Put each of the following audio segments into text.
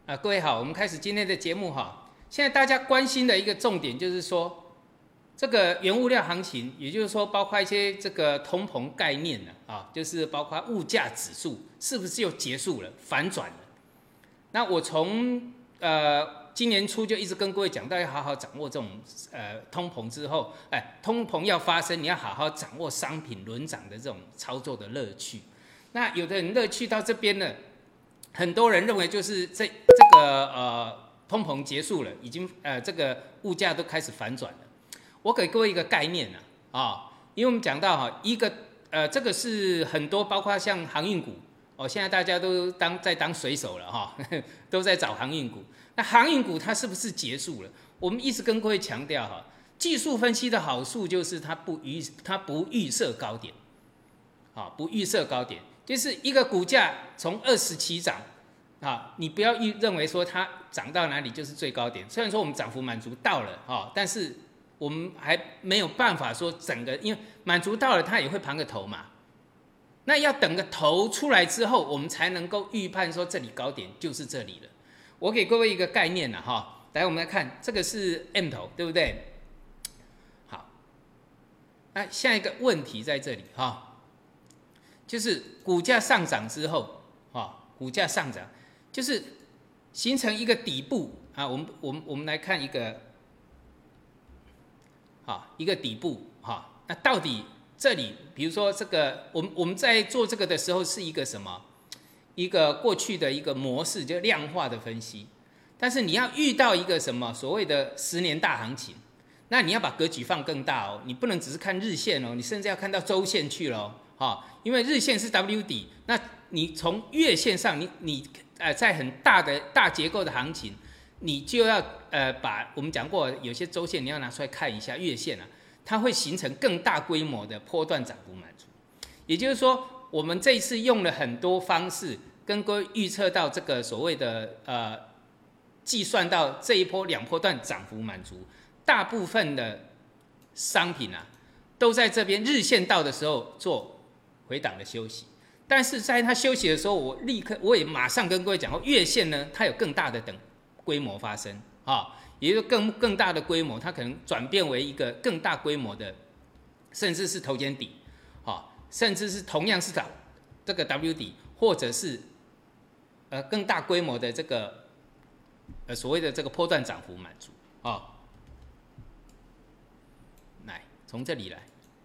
各位好，我们开始今天的节目哈。现在大家关心的一个重点就是说，这个原物料行情，也就是说包括一些这个通膨概念就是包括物价指数是不是又结束了、反转了？那我从今年初就一直跟各位讲，到要好好掌握这种通膨之后，通膨要发生，你要好好掌握商品轮涨的这种操作的乐趣。那有的人乐趣到这边呢，很多人认为就是这个通膨结束了，已经这个物价都开始反转了。我给各位一个概念因为我们讲到一个这个是很多包括像航运股现在大家都在当水手了都在找航运股。那航运股它是不是结束了？我们一直跟各位强调技术分析的好处就是它不预设高点不预设高点，就是一个股价从20起涨你不要认为说它涨到哪里就是最高点。虽然说我们涨幅满足到了但是我们还没有办法说整个，因为满足到了它也会盘个头嘛。那要等个头出来之后，我们才能够预判说这里高点就是这里了。我给各位一个概念来我们来看，这个是 M 头，对不对？好，那下一个问题在这里就是股价上涨之后股价上涨就是形成一个底部我们来看一个一个底部那到底这里，比如说这个，我们在做这个的时候是一个什么？一个过去的一个模式，就量化的分析。但是你要遇到一个什么所谓的10年大行情，那你要把格局放更大你不能只是看日线你甚至要看到周线去了因为日线是 W 底，那你从月线上，你在很大的大结构的行情，你就要把我们讲过有些周线你要拿出来看一下，月线它会形成更大规模的波段涨幅满足。也就是说，我们这一次用了很多方式跟各位预测到这个所谓的计算到这一波2波段涨幅满足，大部分的商品都在这边日线到的时候做回档的休息。但是在它休息的时候，我也马上跟各位讲过，月线呢它有更大的规模发生也就是更大的规模，它可能转变为一个更大规模的，甚至是头肩底甚至是同样是这个 W 底，或者是更大规模的这个所谓的这个波段涨幅满足来从这里来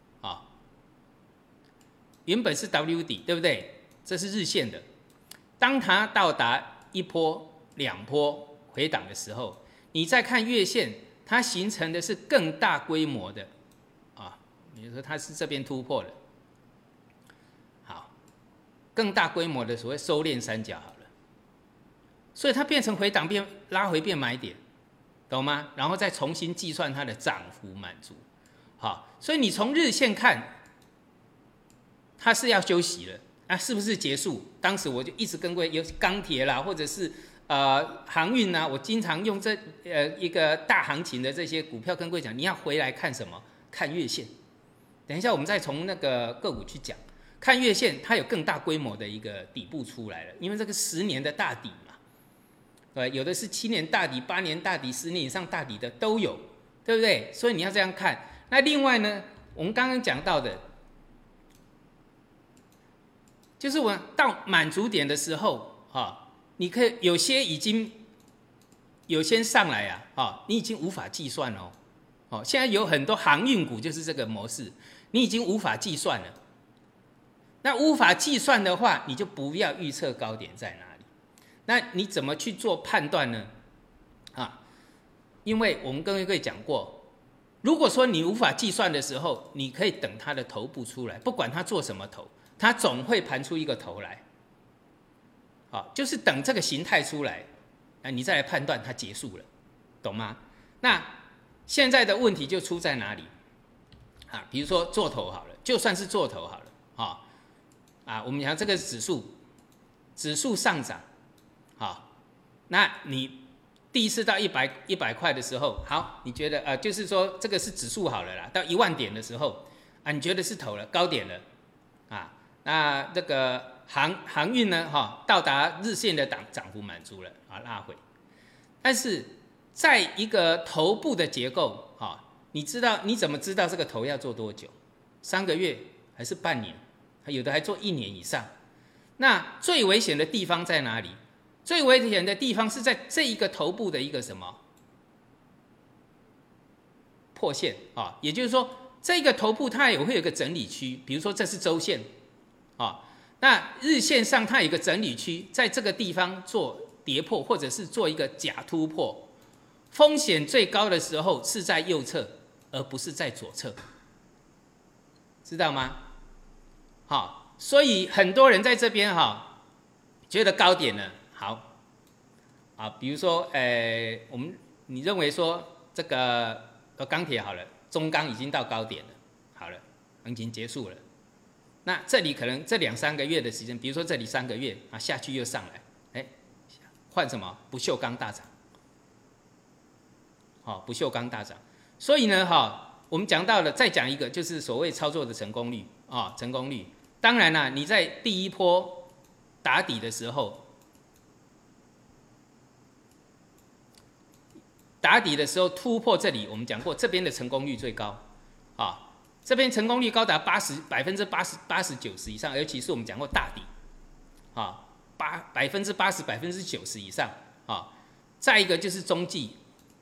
原本是 W 底，对不对？这是日线的，当它到达1波2波回档的时候，你再看月线，它形成的是更大规模的比如说它是这边突破了，好，更大规模的所谓收敛三角好了，所以它变成回档拉回变买点，懂吗？然后再重新计算它的涨幅满足，好，所以你从日线看，它是要休息了，是不是结束？当时我就一直跟各位有钢铁啦，或者是航运我经常用这一个大行情的这些股票跟各位讲，你要回来看什么？看月线。等一下我们再从那个个股去讲，看月线它有更大规模的一个底部出来了，因为这个10年的大底嘛，有的是7年大底、8年大底、10年以上大底的都有，对不对？所以你要这样看。那另外呢，我们刚刚讲到的，就是我到满足点的时候你可以有些已经有些上来你已经无法计算现在有很多航运股就是这个模式，你已经无法计算了。那无法计算的话，你就不要预测高点在哪里。那你怎么去做判断呢？因为我们跟各位讲过，如果说你无法计算的时候，你可以等它的头部出来，不管它做什么头，它总会盘出一个头来。就是等这个形态出来，你再来判断它结束了，懂吗？那现在的问题就出在哪里比如说做头好了，就算是做头好了我们讲这个指数上涨那你第一次到100块的时候，好，你觉得就是说这个是指数好了啦，到1万点的时候你觉得是头了，高点了那这个航运呢到达日线的涨幅满足了拉回，但是在一个头部的结构你怎么知道这个头要做多久？3个月还是半年？有的还做1年以上。那最危险的地方在哪里？最危险的地方是在这一个头部的一个什么破线也就是说这个头部它也会有一个整理区，比如说这是周线那日线上它有一个整理区，在这个地方做跌破或者是做一个假突破，风险最高的时候是在右侧而不是在左侧，知道吗？所以很多人在这边觉得高点了，好比如说你认为说这个钢铁好了，中钢已经到高点了，好了，行情结束了。那这里可能这2-3个月的时间，比如说这里3个月下去又上来，换什么？不锈钢大涨，不锈钢大涨。所以呢我们讲到了，再讲一个就是所谓操作的成功率成功率。当然啦，你在第一波打底的时候，突破这里，我们讲过这边的成功率最高这边成功率高达80%-90%以上，尤其是我们讲过大底80%-90%以上再一个就是中继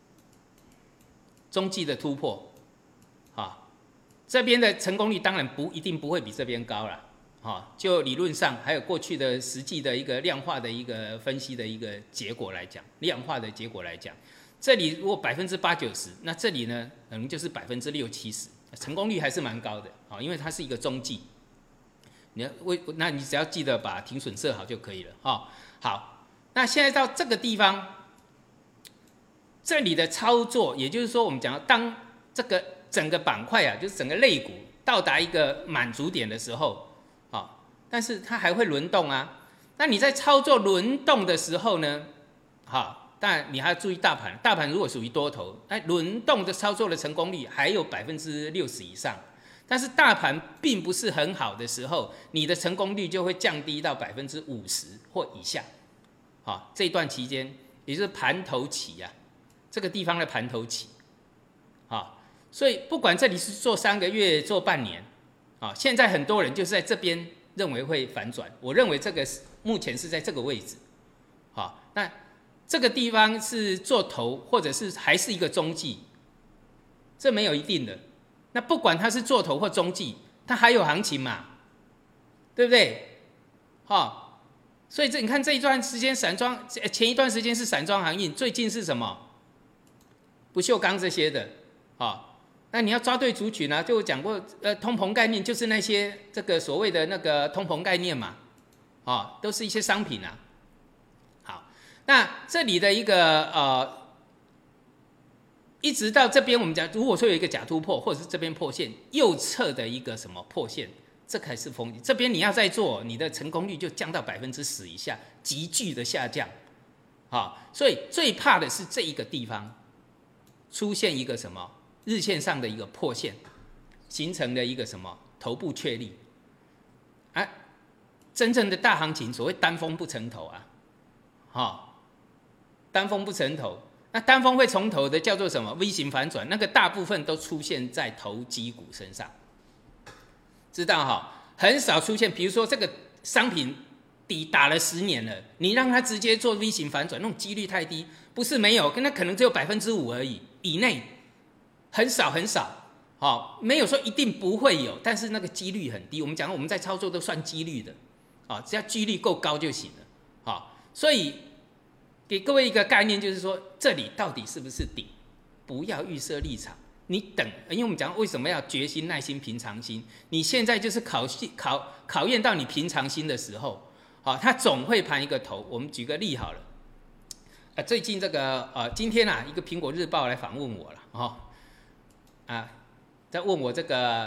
的突破这边的成功率当然一定不会比这边高啦就理论上还有过去的实际的一个量化的一个分析的一个结果来讲，这里如果80%-90%，那这里呢可能就是60%-70%，成功率还是蛮高的因为它是一个中继。那你只要记得把停损设好就可以了好，那现在到这个地方，这里的操作，也就是说我们讲当这个整个板块就是整个类股到达一个满足点的时候但是它还会轮动那你在操作轮动的时候呢当然你还要注意大盘如果属于多头，轮动的操作的成功率还有60%以上，但是大盘并不是很好的时候，你的成功率就会降低到50%或以下这段期间也就是盘头期这个地方的盘头期所以不管这里是做3个月做半年现在很多人就是在这边认为会反转，我认为这个目前是在这个位置那这个地方是做头或者是还是一个中继，这没有一定的。那不管它是做头或中继，它还有行情嘛，对不对所以你看这一段时间前一段时间是散装航运，最近是什么？不锈钢这些的那你要抓对族群就讲过通膨概念就是那些这个所谓的那个通膨概念嘛都是一些商品好，那这里的一个一直到这边我们讲，如果说有一个假突破或者是这边破线，右侧的一个什么破线，这才是风险。这边你要再做，你的成功率就降到10%以下，急剧的下降所以最怕的是这一个地方出现一个什么日线上的一个破线，形成的一个什么头部确立真正的大行情所谓单峰不成头单峰不成头，那单峰会从头的叫做什么 V 型反转，那个大部分都出现在投机股身上，知道很少出现，比如说这个商品底打了10年了，你让它直接做 V 型反转，那种几率太低，不是没有，那可能只有5%而已以内，很少很少没有说一定不会有，但是那个几率很低。我们讲我们在操作都算几率的只要几率够高就行了所以给各位一个概念，就是说这里到底是不是顶，不要预设立场，你等，因为我们讲为什么要决心、耐心、平常心，你现在就是考验到你平常心的时候它总会盘一个头。我们举个例好了最近这个今天一个苹果日报来访问我了在问我这个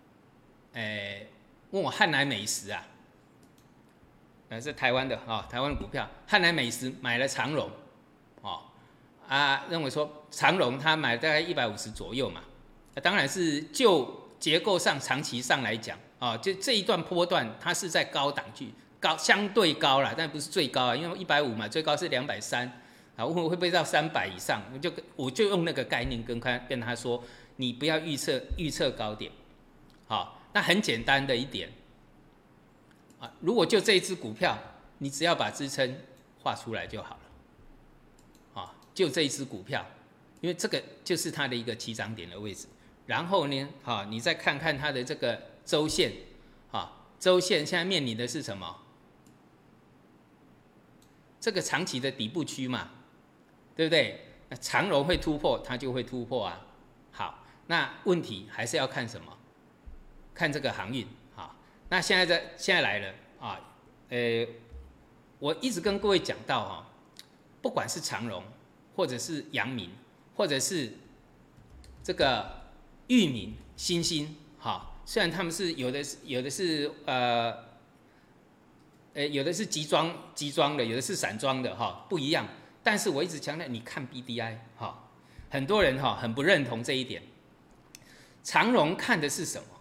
问我汉来美食是台湾的台湾的股票，汉来美食买了长荣认为说长荣他买大概150左右嘛当然是就结构上长期上来讲就这一段波段它是在高档高，相对高啦，但不是最高啊，因为150嘛，最高是230啊，问我会不会到300以上？我就用那个概念跟他说，你不要预测高点，好，那很简单的一点啊，如果就这一只股票，你只要把支撑画出来就好了，啊，就这一只股票，因为这个就是它的一个起涨点的位置，然后呢，好，你再看看它的这个周线，啊，周线现在面临的是什么？这个长期的底部区嘛，对不对？那长荣会突破，它就会突破啊。好，那问题还是要看什么？看这个航运。好，那现在来了啊，我一直跟各位讲到哈，不管是长荣，或者是阳明，或者是这个裕民、新兴，好，虽然他们是有的是有的是集装的，有的是散装的哈，不一样。但是我一直强调，你看 BDI 哈，很多人哈很不认同这一点。长荣看的是什么？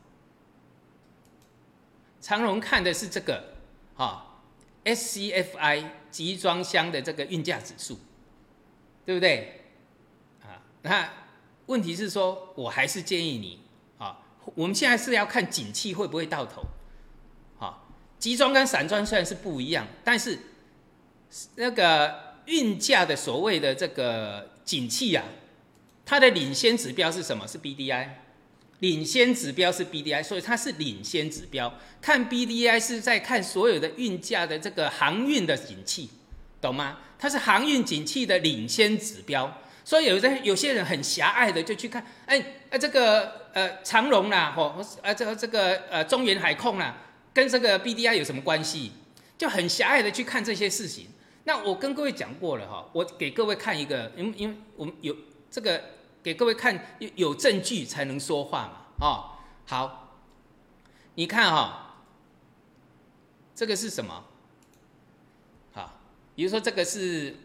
长荣看的是这个哈 SCFI 集装箱的这个运价指数，对不对？啊，那问题是说，我还是建议你啊，我们现在是要看景气会不会到头。集装跟散装虽然是不一样，但是那个运价的所谓的这个景气啊，它的领先指标是什么？是 BDI， 领先指标是 BDI， 所以它是领先指标。看 BDI 是在看所有的运价的这个航运的景气，懂吗？它是航运景气的领先指标。所以有些人很狭隘的就去看，这个长荣啦，这个中原海控啦。跟这个 BDI 有什么关系？就很狭隘的去看这些事情。那我跟各位讲过了哈，我给各位看一个，因为我们有这个给各位看有证据才能说话嘛，哦，好，你看哈，这个是什么？好，比如说这个是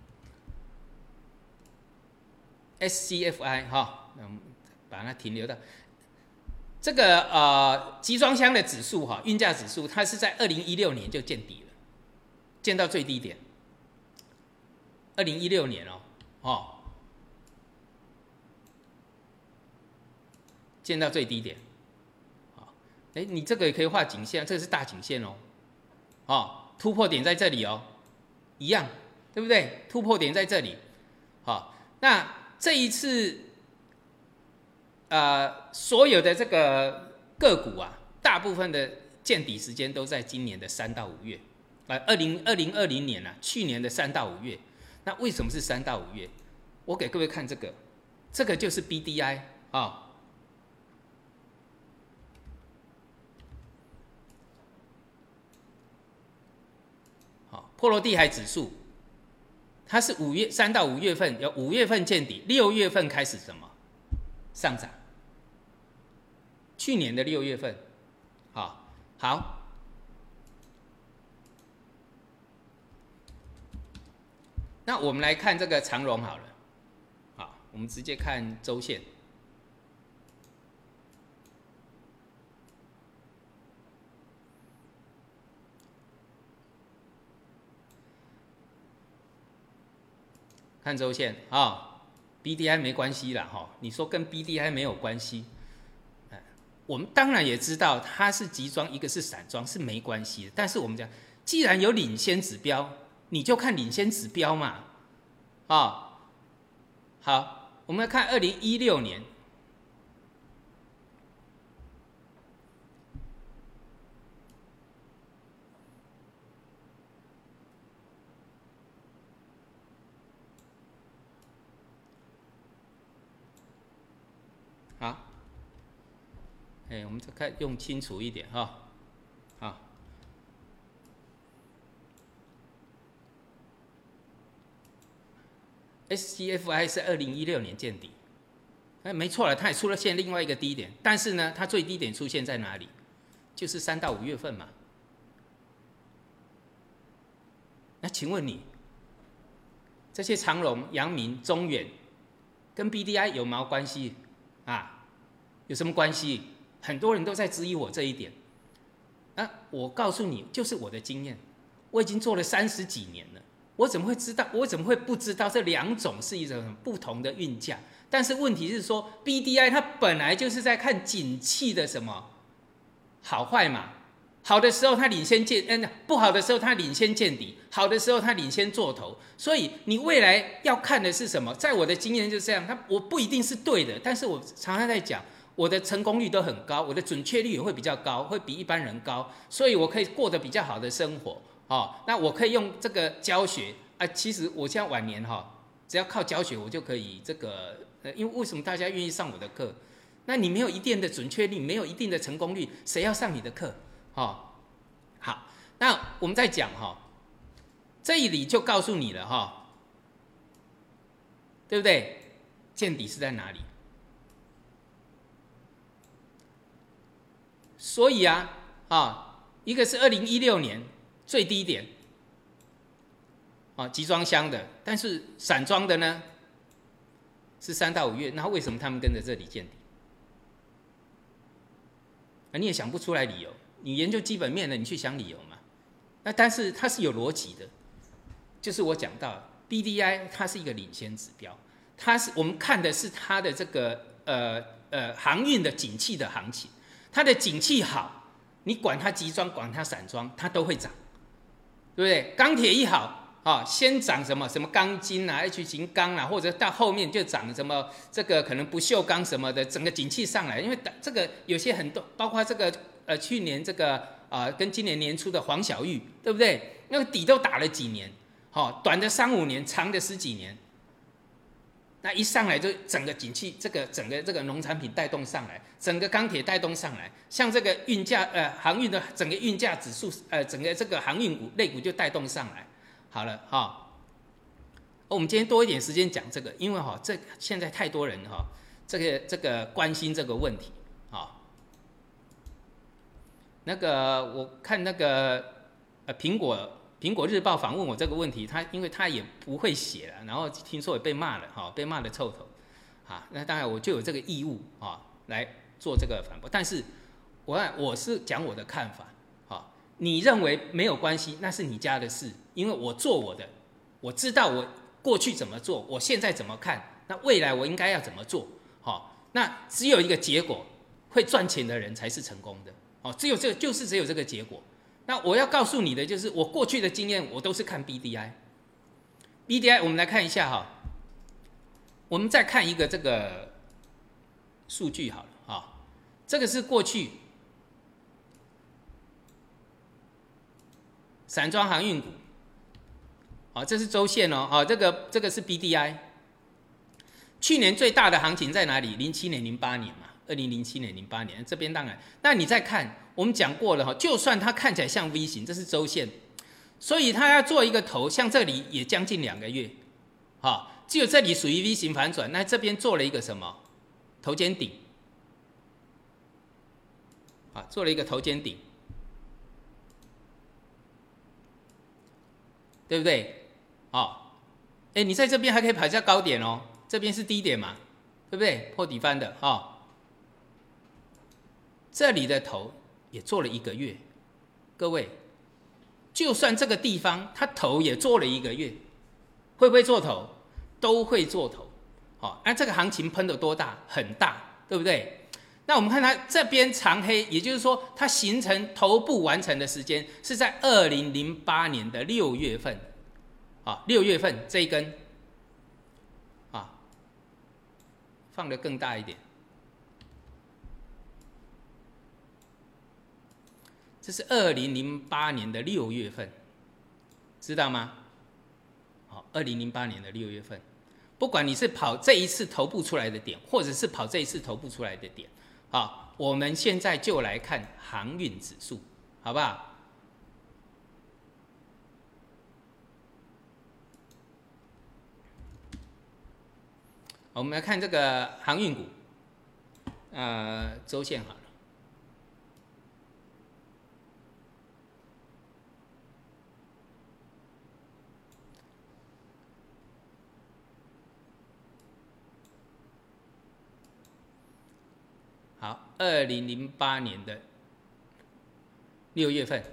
SCFI 哈，把它停留到。这个集装箱的指数哈，运价指数，它是在2016年就见底了，见到最低点。2016年见到最低点。你这个也可以画颈线，这个是大颈线突破点在这里一样，对不对？突破点在这里。那这一次。所有的这个个股啊，大部分的见底时间都在今年的3到5月，2020年啊，去年的3到5月。那为什么是3到5月？我给各位看这个就是 BDI 波罗的海指数，它是3到5月份，有5月份见底，6月份开始什么上涨？去年的6月份，好，那我们来看这个长荣好了，好，我们直接看周线，看周线BDI 没关系啦你说跟 BDI 没有关系。我们当然也知道它是集装，一个是散装，是没关系的。但是我们讲，既然有领先指标，你就看领先指标嘛。好，我们来看2016年。好。我们再看用清楚一点SCFI 是2016年见底，没错了，它也出现另外一个低点，但是呢，它最低点出现在哪里？就是3到5月份嘛。那请问你，这些长荣、阳明、中远跟 BDI 有毛关系有什么关系？很多人都在质疑我这一点。 啊，我告诉你，就是我的经验，我已经做了30几年了，我怎么会知道？我怎么会不知道这两种是一种很不同的运价？但是问题是说，BDI 它本来就是在看景气的什么好坏嘛。好的时候它领先见，不好的时候它领先见底，好的时候它领先做头。所以你未来要看的是什么？在我的经验就是这样，我不一定是对的，但是我常常在讲，我的成功率都很高，我的准确率也会比较高，会比一般人高，所以我可以过得比较好的生活。那我可以用这个教学啊，其实我现在晚年只要靠教学，我就可以这个，因为为什么大家愿意上我的课？那你没有一定的准确率，没有一定的成功率，谁要上你的课？好，那我们再讲这里就告诉你了对不对？见底是在哪里？所以一个是2016年最低点集装箱的，但是散装的呢是3到5月，那为什么他们跟着这里见底？你也想不出来理由。你研究基本面的，你去想理由嘛？那但是它是有逻辑的，就是我讲到 BDI 它是一个领先指标，我们看的是它的这个航运的景气的行情，它的景气好，你管它集装管它散装，它都会涨，对不对？钢铁一好先涨什么钢筋H 型钢或者到后面就涨什么这个可能不锈钢什么的，整个景气上来，因为这个有些很多，包括这个去年这个跟今年年初的黄小玉，对不对？那个底都打了几年，短的3-5年，长的10几年，那一上来就整个景气，整个这个农产品带动上来，整个钢铁带动上来，像这个运价航运的整个运价指数整个这个航运股类股就带动上来。好了我们今天多一点时间讲这个，因为这现在太多人这个关心这个问题那个我看那个苹果日报访问我这个问题，因为他也不会写了，然后听说也被骂了被骂的臭头那当然我就有这个义务来做这个反驳，但是我是讲我的看法你认为没有关系，那是你家的事，因为我做我的，我知道我过去怎么做，我现在怎么看，那未来我应该要怎么做那只有一个结果，会赚钱的人才是成功的只有这个结果。那我要告诉你的就是，我过去的经验，我都是看 BDI。BDI 我们来看一下我们再看一个这个数据好了这个是过去散装航运股这是周线这个是 BDI。去年最大的行情在哪里？07年、08年嘛，2007年、08年这边当然。那你再看，我们讲过了就算它看起来像 V 型，这是周线，所以它要做一个头，像这里也将近2个月，只有这里属于 V 型反转，那这边做了一个什么头肩顶，做了一个头肩顶，对不对？你在这边还可以跑下高点这边是低点嘛，对不对？破底翻的这里的头也做了1个月，各位，就算这个地方它头也做了1个月，会不会做头？都会做头那这个行情喷的多大？很大，对不对？那我们看它这边长黑，也就是说它形成头部完成的时间是在2008年的6月份6月份这一根放得更大一点，这是2008年的6月份，知道吗？2008年的6月份，不管你是跑这一次头部出来的点，或者是跑这一次头部出来的点我们现在就来看航运指数，好不好？我们来看这个航运股，周线好了。好，2008年的 6月份。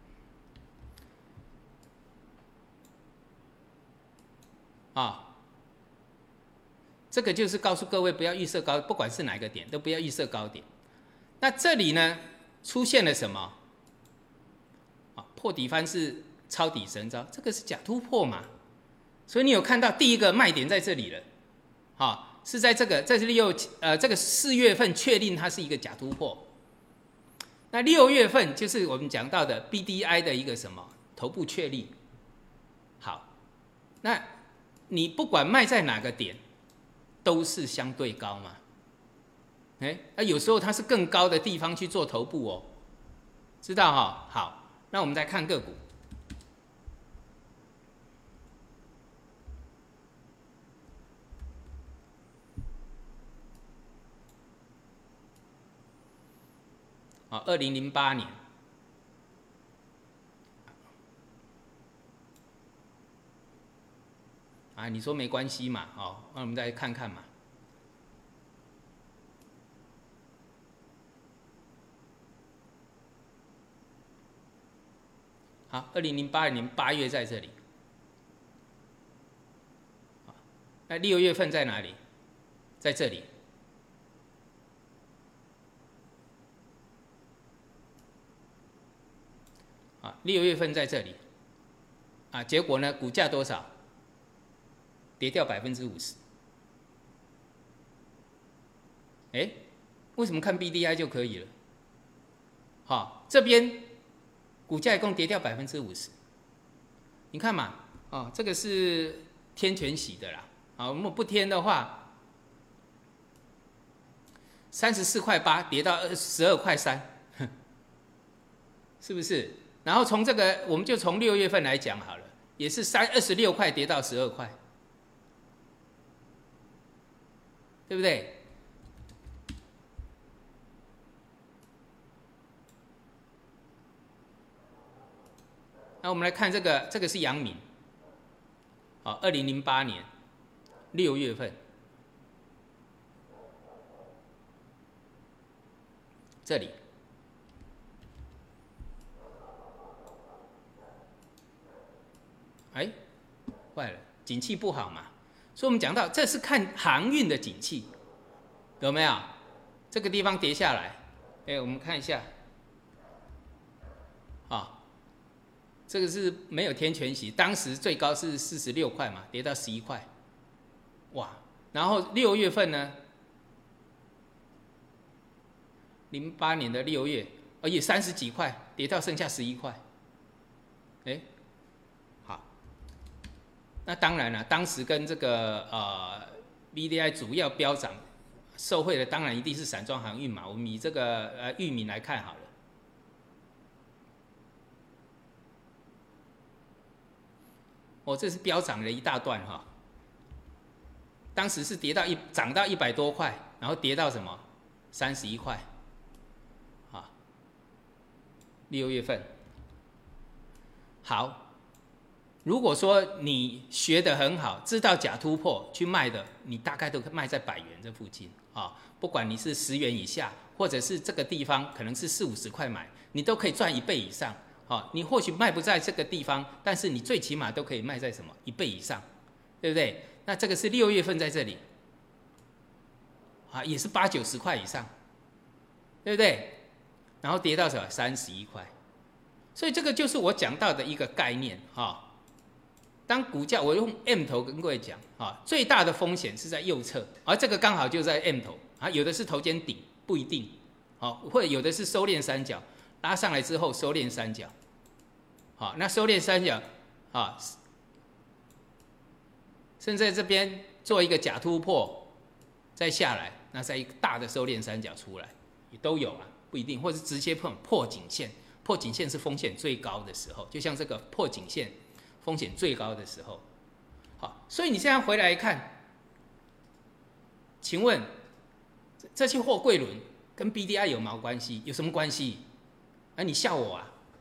这个就是告诉各位不要预设高，不管是哪个点都不要预设高点。那这里呢出现了什么？破底翻是抄底神招，这个是假突破嘛？所以你有看到第一个卖点在这里了，是在这个这是这个4月份确定它是一个假突破。那6月份就是我们讲到的 BDI 的一个什么头部确立。好，那你不管卖在哪个点，都是相对高嘛？有时候它是更高的地方去做头部哦，知道哈？好，那我们再看个股。2008年，你说没关系嘛？那我们再看看嘛。好，2008年8月在这里，那6月份在哪里？在这里。6月份在这里，结果呢，股价多少？跌掉50%。为什么看 BDI 就可以了？这边股价一共跌掉50%。你看嘛，这个是天权洗的啦。我们不添的话，34.8块跌到12.3块，是不是？然后从这个，我们就从6月份来讲好了，也是26块跌到12块，对不对？那我们来看这个，这个是阳明，2008年6月份，这里。坏了，景气不好嘛，所以我们讲到这是看航运的景气，有没有？这个地方跌下来，我们看一下，这个是没有天权洗，当时最高是46块嘛，跌到11块，哇！然后6月份呢，08年的6月，也30几块，跌到剩下11块，那当然了，当时跟这个BDI 主要飙涨受惠的，当然一定是散装航运嘛。我们以这个裕民来看好了，这是飙涨了一大段哈。当时是涨到100多块，然后跌到什么31块，6月份。好。如果说你学得很好，知道假突破去卖的，你大概都卖在100元这附近不管你是10元以下，或者是这个地方可能是40-50块买，你都可以赚1倍以上你或许卖不在这个地方，但是你最起码都可以卖在什么1倍以上，对不对？那这个是6月份在这里也是80-90块以上，对不对？然后跌到什么31块，所以这个就是我讲到的一个概念当股价，我用 M 头跟各位讲最大的风险是在右侧，而这个刚好就在 M 头有的是头肩顶，不一定或者有的是收敛三角，拉上来之后收敛三角，那收敛三角甚至在这边做一个假突破，再下来，那再一个大的收敛三角出来，也都有不一定，或者是直接破颈线，破颈线是风险最高的时候，就像这个破颈线。风险最高的时候，所以你现在回来看，请问这些货柜轮跟 BDI 有毛关系？有什么关系？你笑我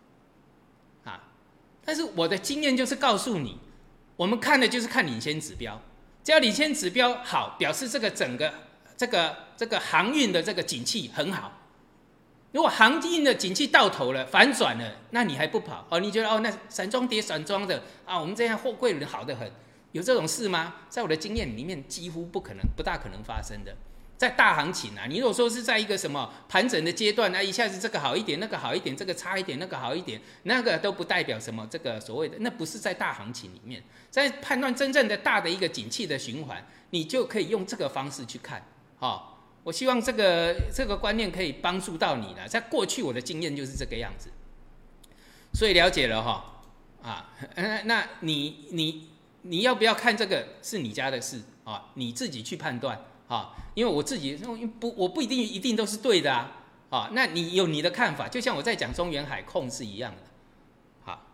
但是我的经验就是告诉你，我们看的就是看领先指标，只要领先指标好，表示这个整个这个航运的这个景气很好， 如果行情的景气到头了，反转了，那你还不跑？哦，你觉得哦，那散装跌散装的啊，我们这样货柜轮好得很，有这种事吗？在我的经验里面，几乎不可能，不大可能发生的。在大行情啊，你如果说是在一个什么盘整的阶段，一下子这个好一点，那个好一点，这个差一点，那个好一点，那个都不代表什么这个所谓的，那不是在大行情里面，在判断真正的大的一个景气的循环，你就可以用这个方式去看。我希望这个观念可以帮助到你了。在过去我的经验就是这个样子，所以了解了那你要不要看这个是你家的事啊，你自己去判断。因为我自己我不一定都是对的啊，那你有你的看法，就像我在讲中原海控是一样的。好，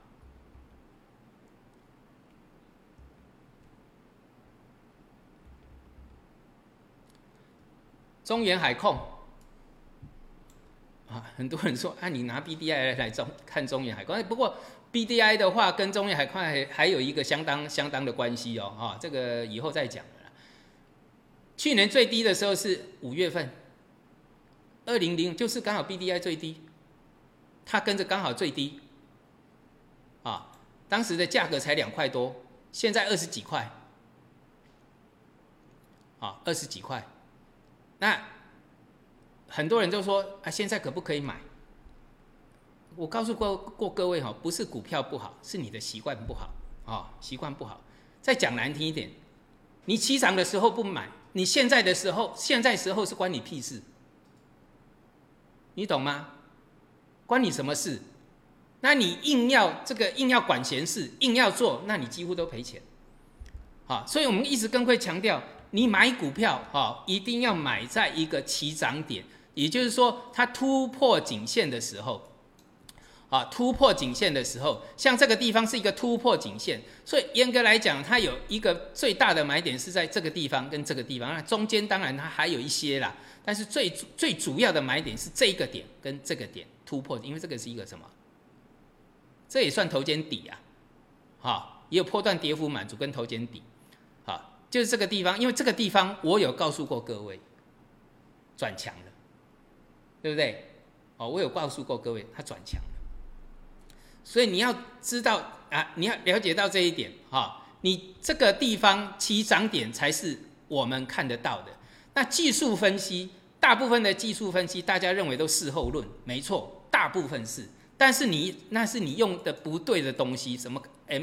中原海控很多人说你拿 BDI 来看中原海控，不过 BDI 的话跟中原海控还有一个相当的关系这个以后再讲。去年最低的时候是5月份，200就是刚好 BDI 最低，它跟着刚好最低，当时的价格才2块多，现在20几块，20几块。那很多人都说现在可不可以买？我告诉过各位不是股票不好，是你的习惯不好习惯不好。再讲难听一点，你起涨的时候不买。你现在时候是关你屁事，你懂吗？关你什么事？那你硬要管闲事，硬要做，那你几乎都赔钱。所以我们一直跟会强调，你买股票一定要买在一个起涨点，也就是说，它突破颈线的时候。突破颈线的时候，像这个地方是一个突破颈线，所以严格来讲，它有一个最大的买点是在这个地方跟这个地方，那中间当然它还有一些啦，但是最主要的买点是这个点跟这个点突破，因为这个是一个什么？这也算头肩底也有波段跌幅满足跟头肩底，就是这个地方，因为这个地方我有告诉过各位，转强了，对不对？我有告诉过各位，它转强了。所以你要知道你要了解到这一点你这个地方起涨点才是我们看得到的。那技术分析，大部分的技术分析大家认为都事后论，没错，大部分是，但是那是你用的不对的东西，什么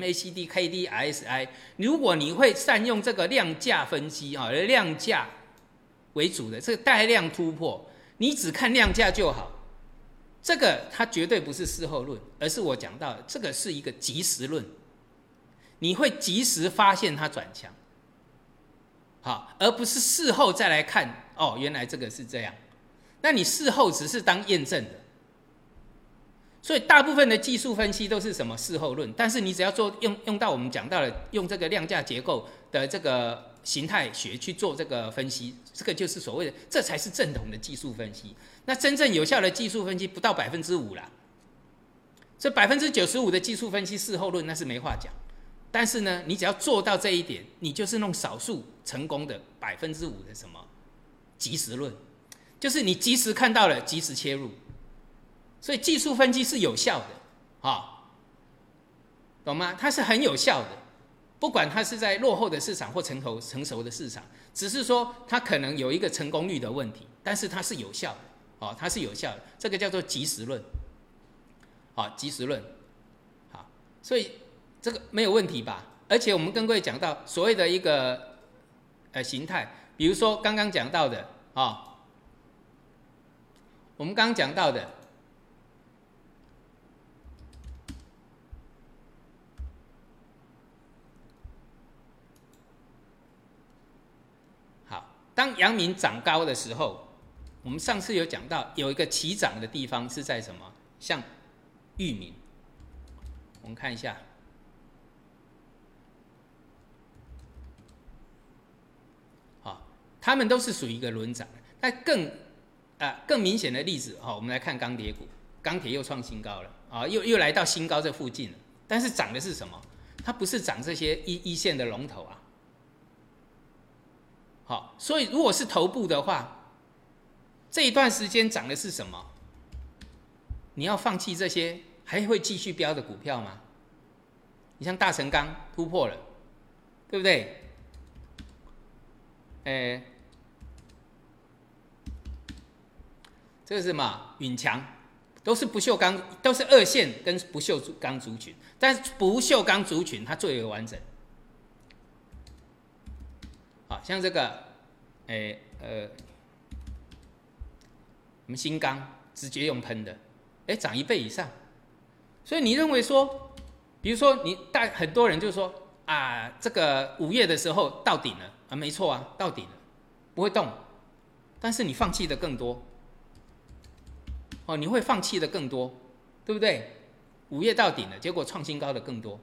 MACD、KD、RSI， 如果你会善用这个量价分析量价为主的这个带量突破，你只看量价就好。这个它绝对不是事后论，而是我讲到的，这个是一个即时论，你会即时发现它转强，而不是事后再来看原来这个是这样，那你事后只是当验证的。所以大部分的技术分析都是什么事后论，但是你只要用到我们讲到的，用这个量价结构的这个形态学去做这个分析，这个就是所谓的，这才是正统的技术分析。那真正有效的技术分析不到5%啦，这95%的技术分析事后论那是没话讲。但是呢，你只要做到这一点，你就是弄少数成功的5%的什么即时论，就是你即时看到了，即时切入。所以技术分析是有效的，懂吗？它是很有效的，不管它是在落后的市场或成熟的市场，只是说它可能有一个成功率的问题，但是它是有效的。它是有效的，这个叫做即时论，即时论，所以这个没有问题吧？而且我们跟各位讲到所谓的一个形态，比如说刚刚讲到的我们刚刚讲到的，好，当阳明涨高的时候。我们上次有讲到，有一个起涨的地方是在什么？像裕民，我们看一下，他们都是属于一个轮涨。但更明显的例子，我们来看钢铁股，钢铁又创新高了又来到新高这附近了。但是涨的是什么？它不是涨这些一线的龙头所以如果是头部的话。这一段时间涨的是什么？ 你要放弃这些还会继续飙的股票吗？你像大成钢突破了，对不对？这个是什么？允强都是不锈钢，都是二线跟不锈钢族群，但是不锈钢族群它最为完整。好像这个，我们新钢直接用喷的，涨1倍以上。所以你认为说，比如说很多人就说啊，这个5月的时候到顶了啊，没错啊，到顶了，不会动，但是你放弃的更多。你会放弃的更多，对不对？5月到顶了，结果创新高的更多。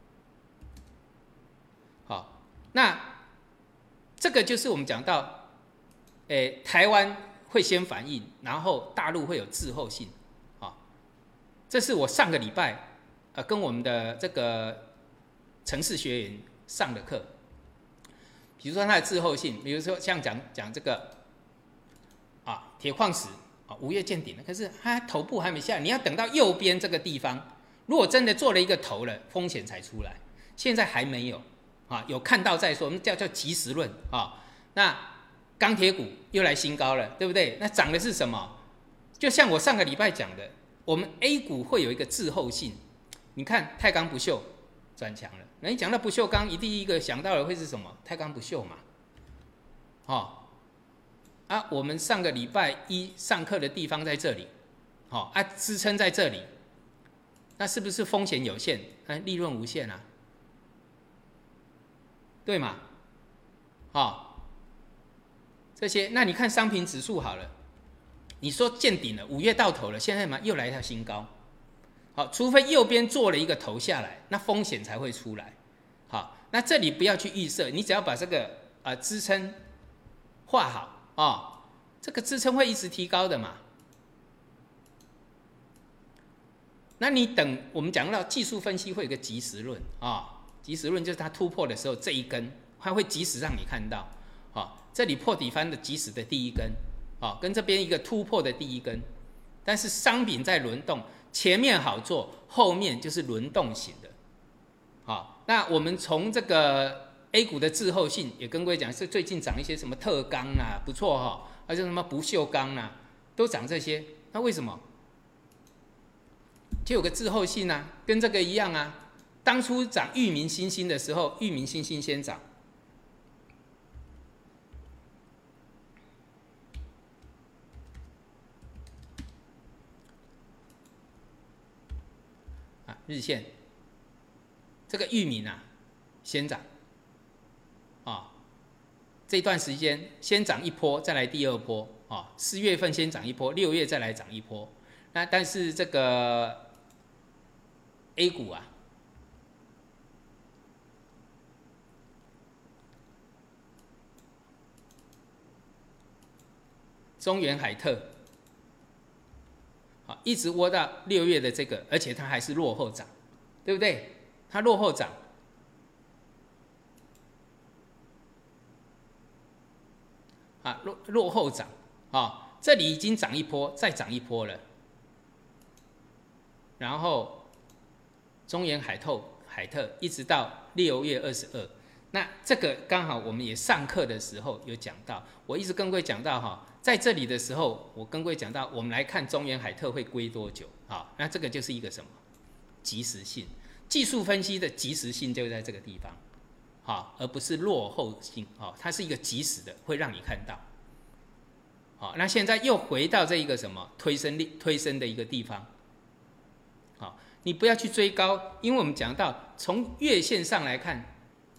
好，那这个就是我们讲到，台湾会先反应，然后大陆会有滞后性。这是我上个礼拜跟我们的这个程式学员上的课。比如说它的滞后性，比如说像讲这个铁矿石。5月见顶了，可是它头部还没下来，你要等到右边这个地方，如果真的做了一个头了，风险才出来。现在还没有有看到再说，我们叫及时论那钢铁股又来新高了，对不对？那涨的是什么？就像我上个礼拜讲的，我们 A 股会有一个滞后性。你看太钢不锈转强了，那你讲到不锈钢，第一个想到的会是什么？太钢不锈嘛，我们上个礼拜一上课的地方在这里，支撑在这里，那是不是风险有限，利润无限啊？对吗？这些，那你看商品指数好了，你说见顶了，5月到头了，现在嘛又来一条新高，除非右边做了一个头下来，那风险才会出来。那这里不要去预设，你只要把这个支撑画好。这个支撑会一直提高的嘛？那你等我们讲到技术分析会有个即时论即时论就是它突破的时候这一根，它会即时让你看到这里破底翻的即时的第一根跟这边一个突破的第一根，但是商品在轮动，前面好做，后面就是轮动型的。那我们从这个A 股的滞后性也跟各位讲，是最近涨一些什么特钢啊，不错还有什么不锈钢啊，都涨这些。那为什么？就有个滞后性啊，跟这个一样啊。当初涨裕民新兴的时候，裕民新兴先涨。日线，这个裕民先涨。这段时间先涨一波，再来第二波4月份先涨一波，6月再来涨一波。那但是这个 A 股中原海特一直窝到6月的这个，而且它还是落后涨，对不对？它落后涨。落后涨这里已经涨一波，再涨一波了。然后中原海特一直到6月22，那这个刚好我们也上课的时候有讲到，我一直跟各位讲到在这里的时候，我跟各位讲到，我们来看中原海特会归多久那这个就是一个什么即时性，技术分析的即时性就在这个地方。而不是落后性它是一个即时的，会让你看到。那现在又回到这一个什么推升的一个地方。你不要去追高，因为我们讲到从月线上来看，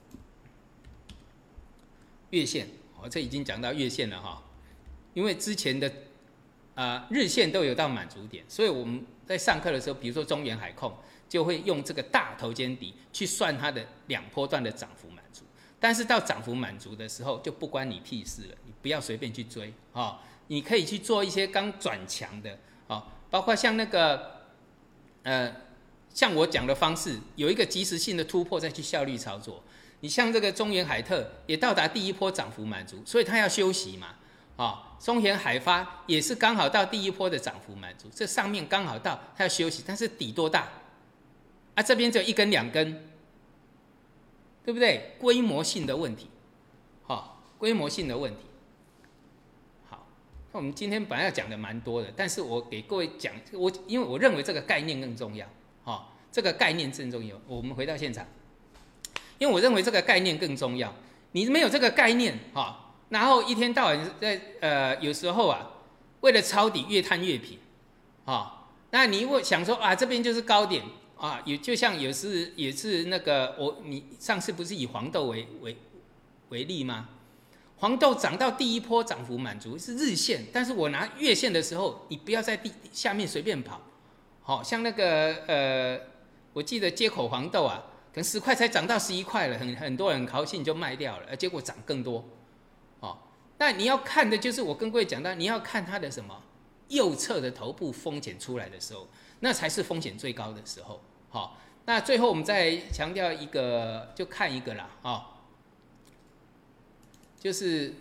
月线这已经讲到月线了因为之前的日线都有到满足点，所以我们在上课的时候，比如说中原海控，就会用这个大头肩底去算它的2波段的涨幅满足。但是到涨幅满足的时候，就不关你屁事了，你不要随便去追你可以去做一些刚转强的包括像那个像我讲的方式，有一个即时性的突破再去效率操作。你像这个中原海特也到达第一波涨幅满足，所以它要休息嘛松岩海发也是刚好到第一波的涨幅满足，这上面刚好到它要休息，但是底多大啊？这边只有一根两根，对不对？规模性的问题，规模性的问题。好，那我们今天本来要讲的蛮多的，但是我给各位讲，因为我认为这个概念更重要，这个概念更重要。我们回到现场，因为我认为这个概念更重要。你没有这个概念，然后一天到晚在有时候为了抄底越探越平，那你会想说这边就是高点也就像也是那个你上次不是以黄豆为例吗？黄豆涨到第一波涨幅满足是日线，但是我拿月线的时候，你不要在下面随便跑，像那个我记得街口黄豆可能10块才涨到11块了，很多人很高兴就卖掉了，结果涨更多。那你要看的就是我跟各位讲到，你要看它的什么右侧的头部风险出来的时候，那才是风险最高的时候。那最后我们再强调一个，就看一个啦，就是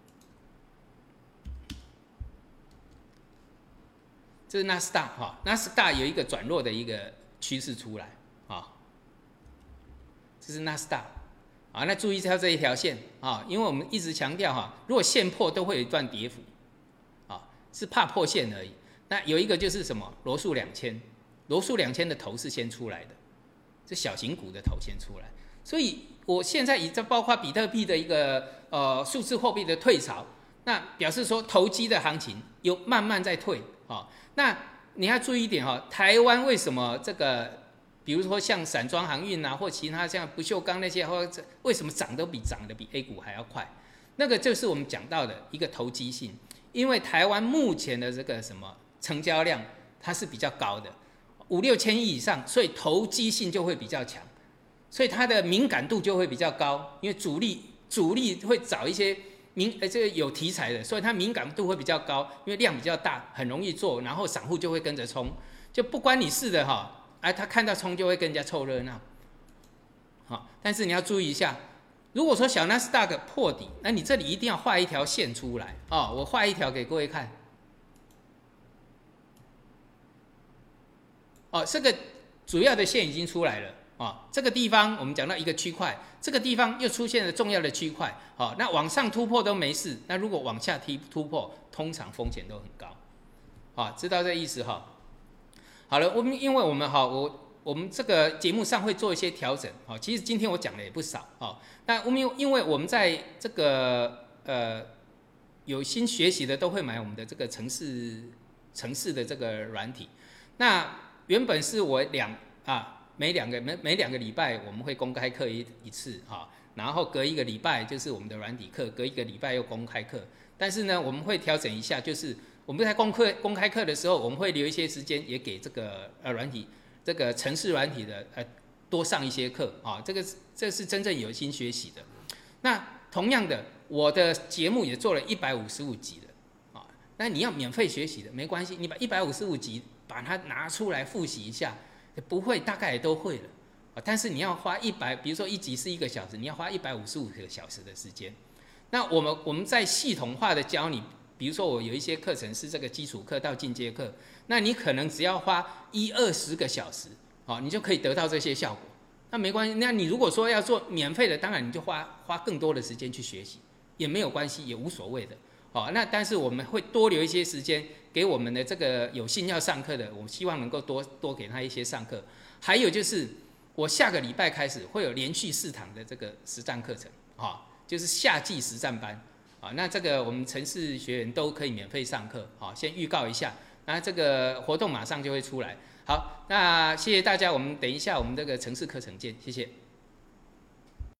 这是纳斯达，纳斯达有一个转弱的一个趋势出来，这是纳斯达。那注意一下这一条线因为我们一直强调如果线破都会有一段跌幅，是怕破线而已。那有一个就是什么罗素2000，罗素2000的头是先出来的，这小型股的头先出来，所以我现在这包括比特币的一个数字货币的退潮，那表示说投机的行情有慢慢在退那你要注意一点台湾为什么这个？比如说像散装航运或其他像不锈钢那些，为什么涨得比 A 股还要快？那个就是我们讲到的一个投机性，因为台湾目前的这个什么成交量它是比较高的，5、6千亿以上，所以投机性就会比较强，所以它的敏感度就会比较高，因为主力会找一些这个有题材的，所以它敏感度会比较高，因为量比较大，很容易做，然后散户就会跟着冲，就不关你事的他看到冲就会跟人家凑热闹，但是你要注意一下，如果说小纳斯达克破底，那你这里一定要画一条线出来我画一条给各位看，这个主要的线已经出来了这个地方我们讲到一个区块，这个地方又出现了重要的区块那往上突破都没事，那如果往下突破，通常风险都很高知道这意思好了，因为我们这个节目上会做一些调整其实今天我讲的也不少那因为我们在这个有心学习的都会买我们的这个程式的这个软体，那原本是我每两个礼拜我们会公开课一次然后隔一个礼拜就是我们的软体课，隔一个礼拜又公开课，但是呢我们会调整一下，就是我们在公开课的时候，我们会留一些时间也给这个软体，这个程式软体的多上一些课这是真正有心学习的。那同样的，我的节目也做了155集的那你要免费学习的没关系，你把155集把它拿出来复习一下，不会大概也都会了但是你要花比如说一集是1个小时，你要花155个小时的时间。那我们在系统化的教你。比如说我有一些课程是这个基础课到进阶课，那你可能只要花20个小时你就可以得到这些效果。那没关系，那你如果说要做免费的，当然你就花更多的时间去学习，也没有关系，也无所谓的那但是我们会多留一些时间给我们的这个有心要上课的，我们希望能够多给他一些上课。还有就是我下个礼拜开始会有连续4堂的这个实战课程就是夏季实战班那这个我们程式学员都可以免费上课先预告一下，那这个活动马上就会出来。好，那谢谢大家，我们等一下我们这个程式课程见，谢谢。